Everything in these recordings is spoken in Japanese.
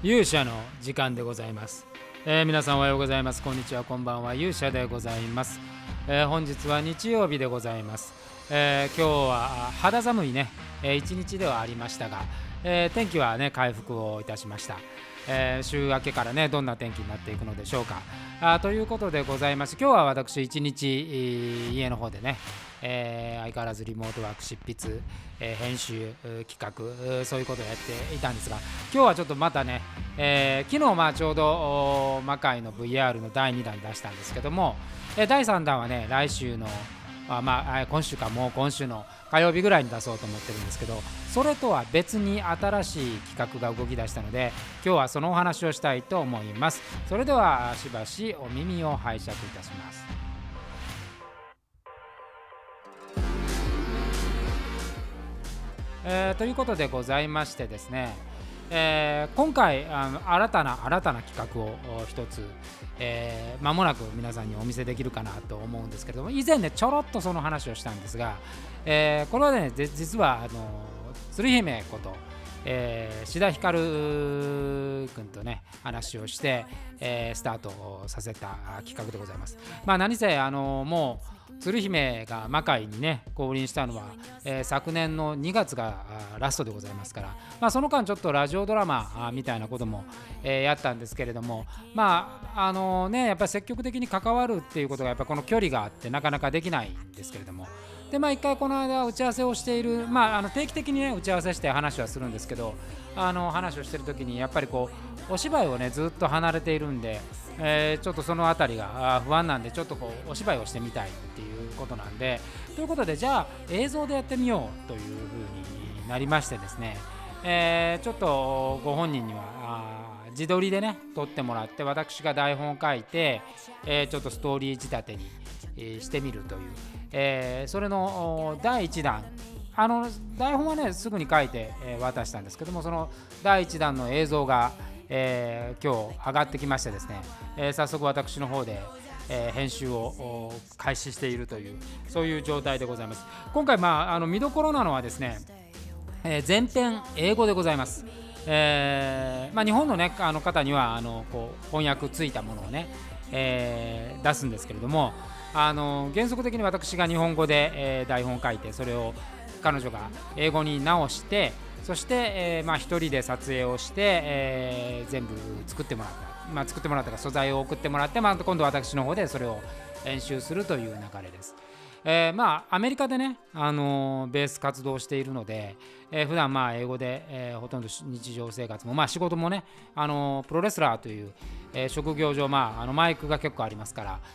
勇者の時間でございます。皆さんおはようございます。こんにちは、こんばんは。勇者でございます。本日は日曜日でございます。今日は肌寒いね、一日ではありましたが、天気はね回復をいたしました。週明けからねどんな天気になっていくのでしょうか。ということでございまして、今日は私一日家の方でね、相変わらずリモートワーク、執筆、編集、企画、そういうことをやっていたんですが、今日はちょっとまたね、昨日ちょうど魔界の VR の第2弾出したんですけども、第3弾はね来週の今週か、もう今週の火曜日ぐらいに出そうと思ってるんですけど、それとは別に新しい企画が動き出したので、今日はそのお話をしたいと思います。それではしばしお耳を拝借いたします。ということでございましてですね、今回新たな企画を一つ、間もなく皆さんにお見せできるかなと思うんですけれども、以前ねちょろっとその話をしたんですが、これはね実は鶴姫こと、志田ひかる君とね話をして、スタートさせた企画でございます。何せもう鶴姫が魔界にね降臨したのは、昨年の2月がラストでございますから、その間ちょっとラジオドラマみたいなことも、やったんですけれども、やっぱり積極的に関わるっていうことがやっぱこの距離があってなかなかできないんですけれども、で一回この間打ち合わせをしている、定期的にね打ち合わせして話はするんですけど、話をしている時にやっぱりこうお芝居をねずっと離れているんで、ちょっとそのあたりが不安なんで、ちょっとこうお芝居をしてみたいっていうことなんで、ということでじゃあ映像でやってみようというふうになりましてですね、ちょっとご本人には自撮りでね撮ってもらって、私が台本を書いて、ちょっとストーリー仕立てにしてみるという、それの第1弾、台本はねすぐに書いて渡したんですけども、その第1弾の映像が今日上がってきましてですね、早速私の方で、編集を開始しているという、そういう状態でございます。今回見どころなのはですね、全編英語でございます。日本の、ね、方にはこう翻訳ついたものをね、出すんですけれども、原則的に私が日本語で、台本を書いて、それを彼女が英語に直して、そして、一人で撮影をして、全部作ってもらった、作ってもらったか素材を送ってもらって、今度私の方でそれを編集するという流れです。アメリカでね、ベース活動しているので、普段英語で、ほとんど日常生活も、仕事もね、プロレスラーという、職業上、マイクが結構ありますから、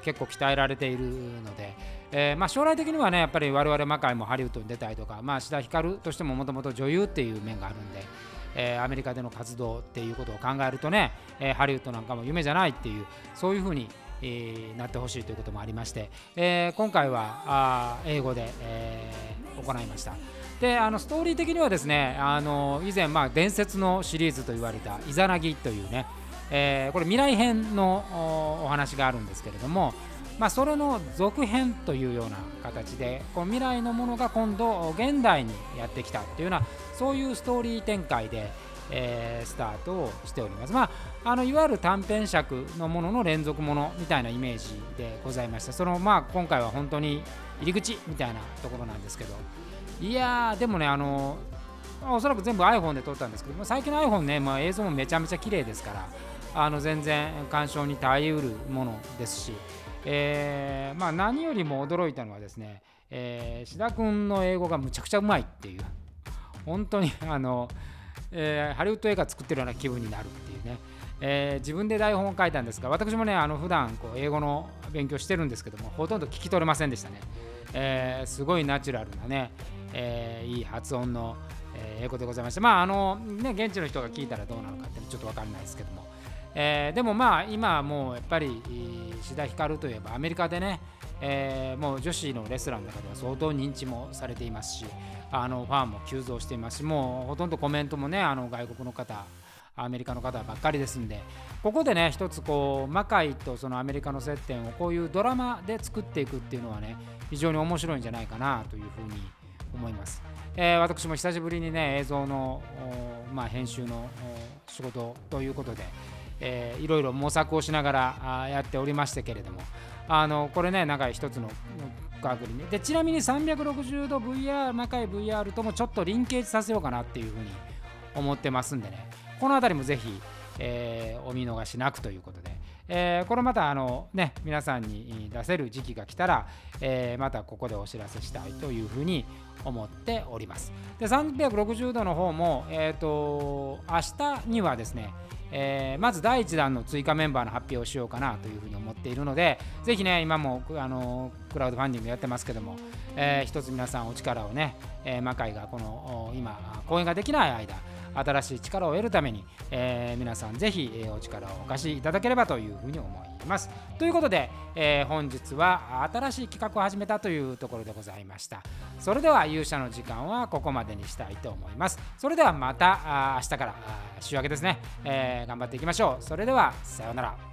結構鍛えられているので、将来的にはねやっぱり我々魔界もハリウッドに出たりとか、志田ひかるとしてももともと女優っていう面があるんで、アメリカでの活動っていうことを考えるとね、ハリウッドなんかも夢じゃないっていう、そういうふうになってほしいということもありまして、今回は英語で、行いました。でストーリー的にはですね、以前、伝説のシリーズと言われたイザナギというね、これ未来編のお話があるんですけれども、それの続編というような形で、この未来のものが今度現代にやってきたっていうような、そういうストーリー展開でスタートをしております。いわゆる短編尺のものの連続ものみたいなイメージでございました。今回は本当に入り口みたいなところなんですけど、いやーでもねおそらく全部 iPhone で撮ったんですけど、最近の iPhone ね、映像もめちゃめちゃ綺麗ですから、全然鑑賞に耐えうるものですし、何よりも驚いたのはですね、志田君の英語がむちゃくちゃうまいっていう、本当にハリウッド映画作ってるような気分になるっていうね、自分で台本を書いたんですが、私もね普段こう英語の勉強してるんですけども、ほとんど聞き取れませんでしたね。すごいナチュラルなね、いい発音の英語でございました。現地の人が聞いたらどうなのかってちょっと分かんないですけども、でも今はもうやっぱり志田ひかるといえばアメリカでね、もう女子のレスラーの中では相当認知もされていますし、ファンも急増していますし、もうほとんどコメントもね外国の方、アメリカの方ばっかりですんで、ここでね一つこう魔界とそのアメリカの接点をこういうドラマで作っていくっていうのはね、非常に面白いんじゃないかなというふうに思います。私も久しぶりにね映像の、編集の仕事ということで、いろいろ模索をしながらやっておりましたけれども、これね、なんか一つの学にね。で、ちなみに360度 VR、魔界 VR ともちょっとリンケージさせようかなっていうふうに思ってますんでね、このあたりもぜひ、お見逃しなくということで、これまた皆さんに出せる時期が来たら、またここでお知らせしたいというふうに思っております。で、360度の方も、明日にはですね、まず第1弾の追加メンバーの発表をしようかなというふうに思っているので、ぜひね、今もクラウドファンディングやってますけども、一つ皆さんお力をね、魔界がこの今公演ができない間、新しい力を得るために、皆さんぜひ、お力をお貸しいただければというふうに思います。ということで、本日は新しい企画を始めたというところでございました。それでは勇者の時間はここまでにしたいと思います。それではまた明日から週明けですね、頑張っていきましょう。それではさようなら。